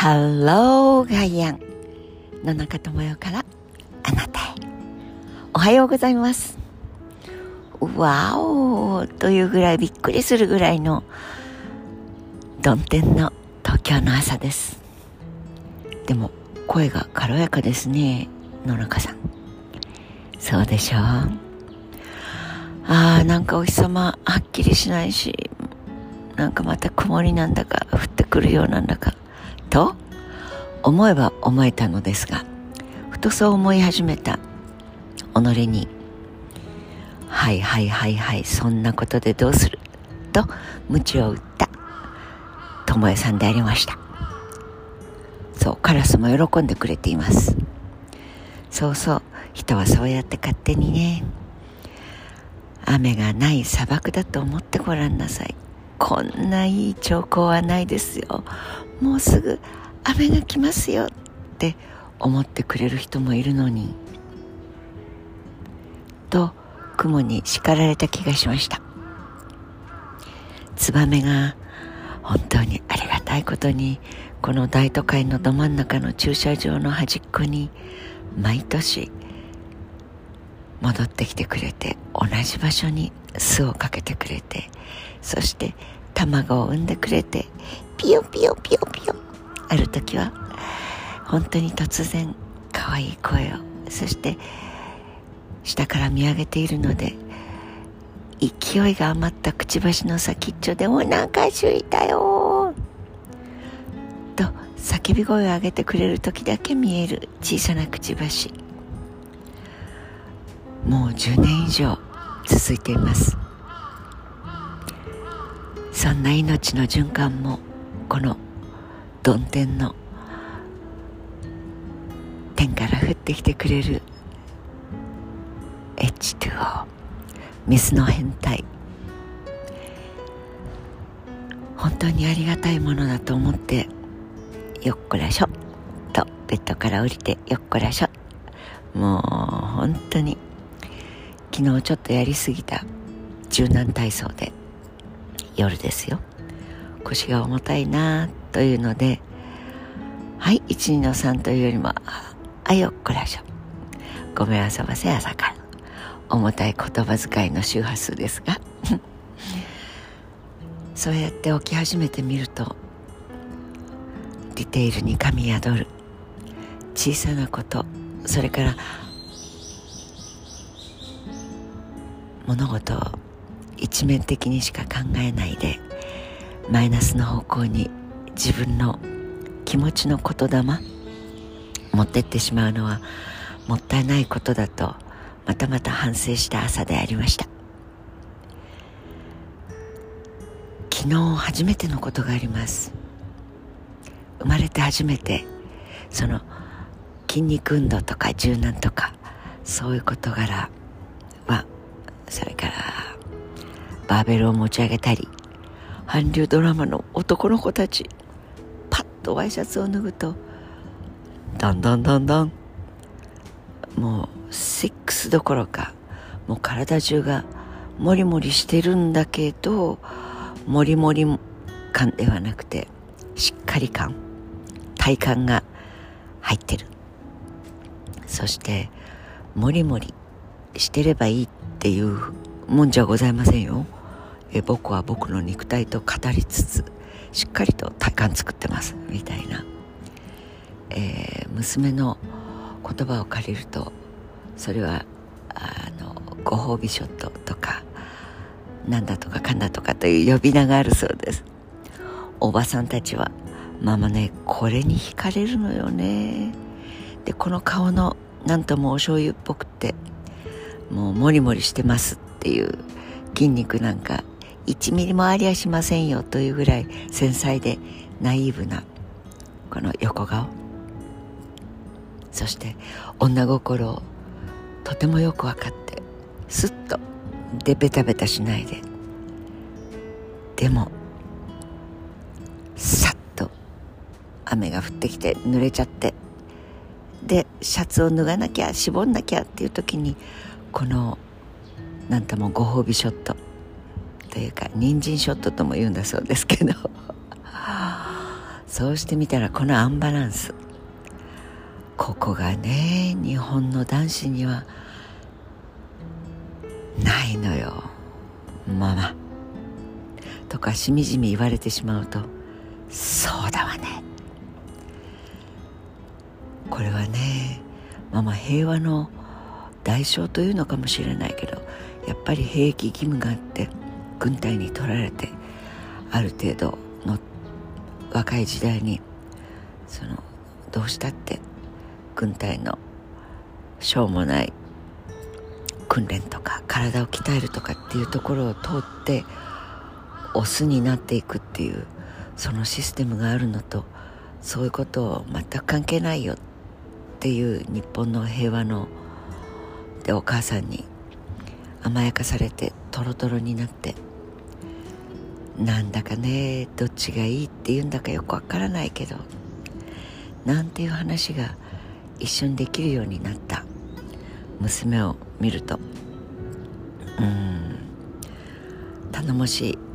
ハローガイアン野中智代からあなたへ。おはようございます。わおというぐらいびっくりするぐらいの曇天の東京の朝です。でも声が軽やかですね、野中さん。そうでしょう。なんかお日様はっきりしないし、なんかまた曇りなんだか降ってくるようなんだかと思えば思えたのですが、ふとそう思い始めた己に、はいそんなことでどうすると鞭を打った智代さんでありました。そう、カラスも喜んでくれています。そうそう、人はそうやって勝手にね、雨がない砂漠だと思ってごらんなさい。こんないい兆候はないですよ。もうすぐ雨が来ますよって思ってくれる人もいるのに、と雲に叱られた気がしました。ツバメが本当にありがたいことに、この大都会のど真ん中の駐車場の端っこに毎年戻ってきてくれて、同じ場所に巣をかけてくれて、そして卵を産んでくれて、ピヨピヨピヨピヨ、ある時は本当に突然可愛い声を、そして下から見上げているので、勢いが余ったくちばしの先っちょでお腹すいたよと叫び声を上げてくれる時だけ見える小さなくちばし、もう10年以上続いています。そんな命の循環も、この曇天の天から降ってきてくれる H2O、 水の変態、本当にありがたいものだと思って、よっこらしょとベッドから降りて、よっこらしょ。もう本当に昨日ちょっとやりすぎた柔軟体操で、夜ですよ、腰が重たいなというので、1、2の3というよりも、よっこらしょ、ごめんあそばせ朝から、重たい言葉遣いの周波数ですがそうやって起き始めてみると、ディテールに神宿る小さなこと、それから物事を一面的にしか考えないで、マイナスの方向に自分の気持ちの言霊持ってってしまうのはもったいないことだと、またまた反省した朝でありました。昨日初めてのことがあります。生まれて初めて、その筋肉運動とか柔軟とかそういう事柄は、それからバーベルを持ち上げたり、韓流ドラマの男の子たちパッとワイシャツを脱ぐと、だんだんもう6どころか、もう体中がモリモリしてるんだけど、モリモリ感ではなくて、しっかり感、体感が入ってる。そしてモリモリしてればいいっていうもんじゃございませんよ。僕は僕の肉体と語りつつ、しっかりと体感作ってますみたいな、娘の言葉を借りると、それはご褒美ショットとかなんだとかかんだとかという呼び名があるそうです。おばさんたちはママね、これに惹かれるのよね。で、この顔のなんともお醤油っぽくって、もうモリモリしてますっていう筋肉なんか1ミリもありゃしませんよというぐらい繊細でナイーブなこの横顔、そして女心をとてもよく分かって、スッとでベタベタしないで、でもさっと雨が降ってきて濡れちゃって、でシャツを脱がなきゃ絞んなきゃっていう時に、このなんともご褒美ショットというか人参ショットとも言うんだそうですけどそうしてみたらこのアンバランス、ここがね日本の男子にはないのよ。ママとかしみじみ言われてしまうと、そうだわね、これはねママ平和の代償というのかもしれないけど、やっぱり兵役義務があって軍隊に取られて、ある程度の若い時代にどうしたって軍隊のしょうもない訓練とか体を鍛えるとかっていうところを通ってオスになっていくっていう、そのシステムがあるのと、そういうことを全く関係ないよっていう日本の平和ので、お母さんに甘やかされてトロトロになって、なんだかねどっちがいいっていうんだかよくわからないけど、なんていう話が一緒にできるようになった娘を見ると、頼もしい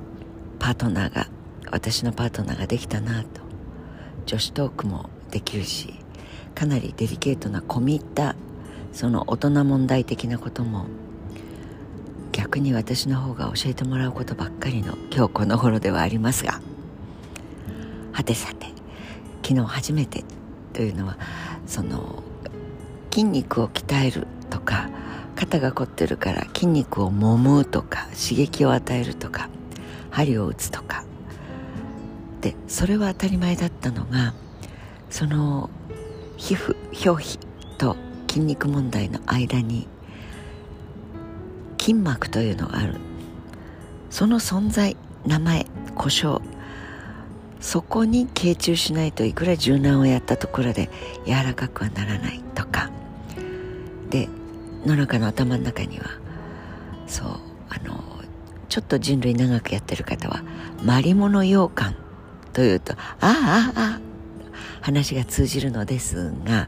私のパートナーができたなと。女子トークもできるし、かなりデリケートな込み入ったその大人問題的なことも逆に私の方が教えてもらうことばっかりの今日この頃ではありますが、はてさて昨日初めてというのは、筋肉を鍛えるとか、肩が凝ってるから筋肉を揉むとか、刺激を与えるとか、針を打つとかで、それは当たり前だったのが、その表皮と筋肉問題の間に筋膜というのがある。その存在、名前、故障、そこに傾注しないといくら柔軟をやったところで柔らかくはならないとかで、野中の頭の中にはちょっと人類長くやってる方はマリモの羊羹というと話が通じるのですが、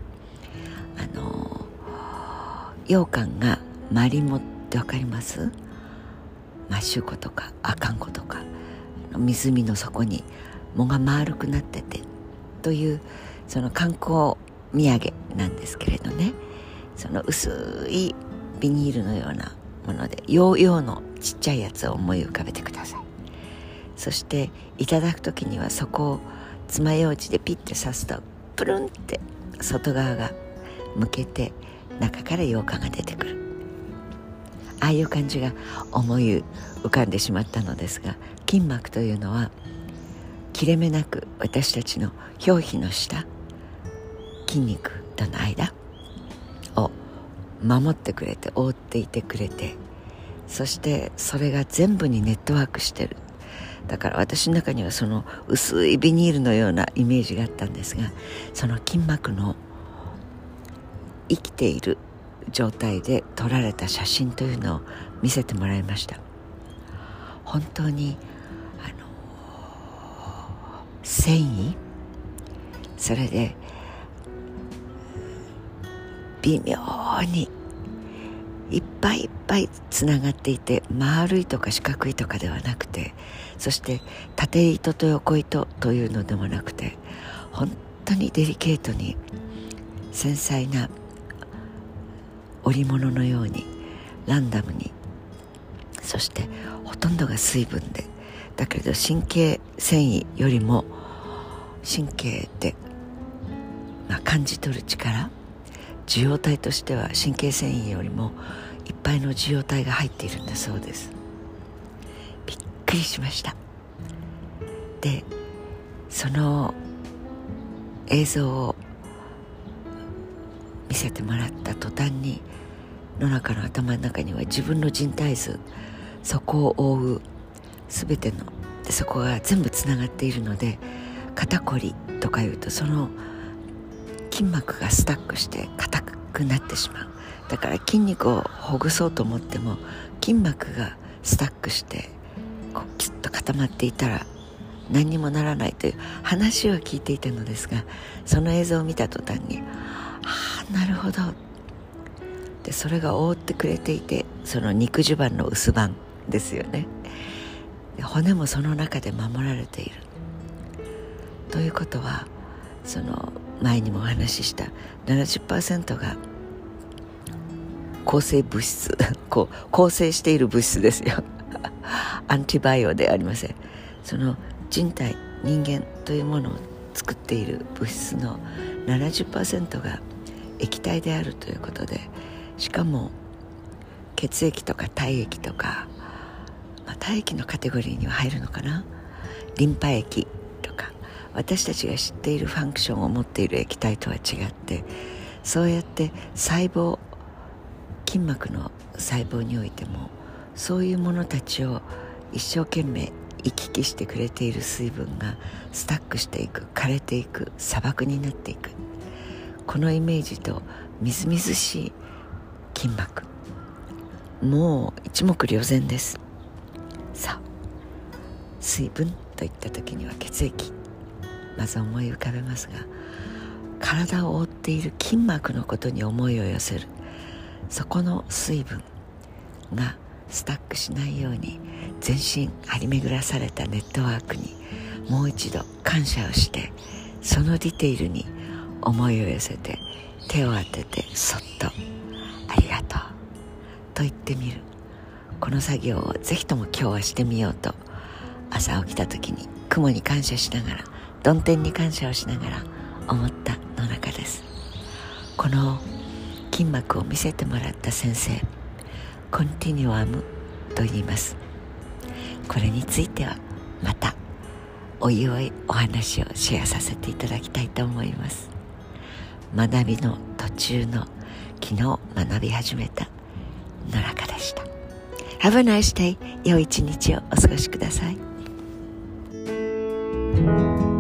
羊羹がマリモってわかります？マッシュコとかアカンコとか湖の底に藻が丸くなっててという、その観光土産なんですけれどね、その薄いビニールのようなもので、ヨーヨーのちっちゃいやつを思い浮かべてください。そしていただくときにはそこを爪楊枝でピッて刺すとプルンって外側がむけて中から羊羹が出てくる。ああいう感じが思い浮かんでしまったのですが、筋膜というのは切れ目なく私たちの表皮の下、筋肉との間を守ってくれて、覆っていてくれて、そしてそれが全部にネットワークしてる。だから私の中にはその薄いビニールのようなイメージがあったんですが、その筋膜の生きている状態で撮られた写真というのを見せてもらいました。本当に繊維、それで微妙にいっぱいいっぱいつながっていて、丸いとか四角いとかではなくて、そして縦糸と横糸というのでもなくて、本当にデリケートに繊細な織物のようにランダムに、そしてほとんどが水分で、だけれど神経繊維よりも神経で、感じ取る力、受容体としては神経繊維よりもいっぱいの受容体が入っているんだそうです。びっくりしました。でその映像を見せてもらった途端に、野中の頭の中には自分の人体図、そこを覆うすべてので、そこが全部つながっているので、肩こりとかいうとその筋膜がスタックして硬くなってしまう。だから筋肉をほぐそうと思っても筋膜がスタックしてキュッと固まっていたら何にもならないという話を聞いていたのですが、その映像を見た途端になるほど。でそれが覆ってくれていて、その肉襦袢の薄板ですよね。で骨もその中で守られているということは、その前にもお話しした 70% が抗生物質構成している物質ですよアンティバイオではありません。その人間というものを作っている物質の 70% が液体であるということで、しかも血液とか体液とか、体液のカテゴリーには入るのかな、リンパ液とか、私たちが知っているファンクションを持っている液体とは違って、そうやって筋膜の細胞においてもそういうものたちを一生懸命行き来してくれている水分がスタックしていく、枯れていく、砂漠になっていく、このイメージとみずみずしい筋膜、もう一目瞭然です。さあ、水分といった時には血液、まず思い浮かべますが、体を覆っている筋膜のことに思いを寄せる。そこの水分がスタックしないように全身張り巡らされたネットワークにもう一度感謝をして、そのディテールに思いを寄せて手を当ててそっとありがとうと言ってみる。この作業をぜひとも今日はしてみようと、朝起きた時に雲に感謝しながら、曇天に感謝をしながら思ったの中です。この筋膜を見せてもらった先生、コンティニュアムと言います。これについてはまたおいおいお話をシェアさせていただきたいと思います。学びの途中の昨日学び始めた野中でした。 Have a nice day。 良い一日をお過ごしください。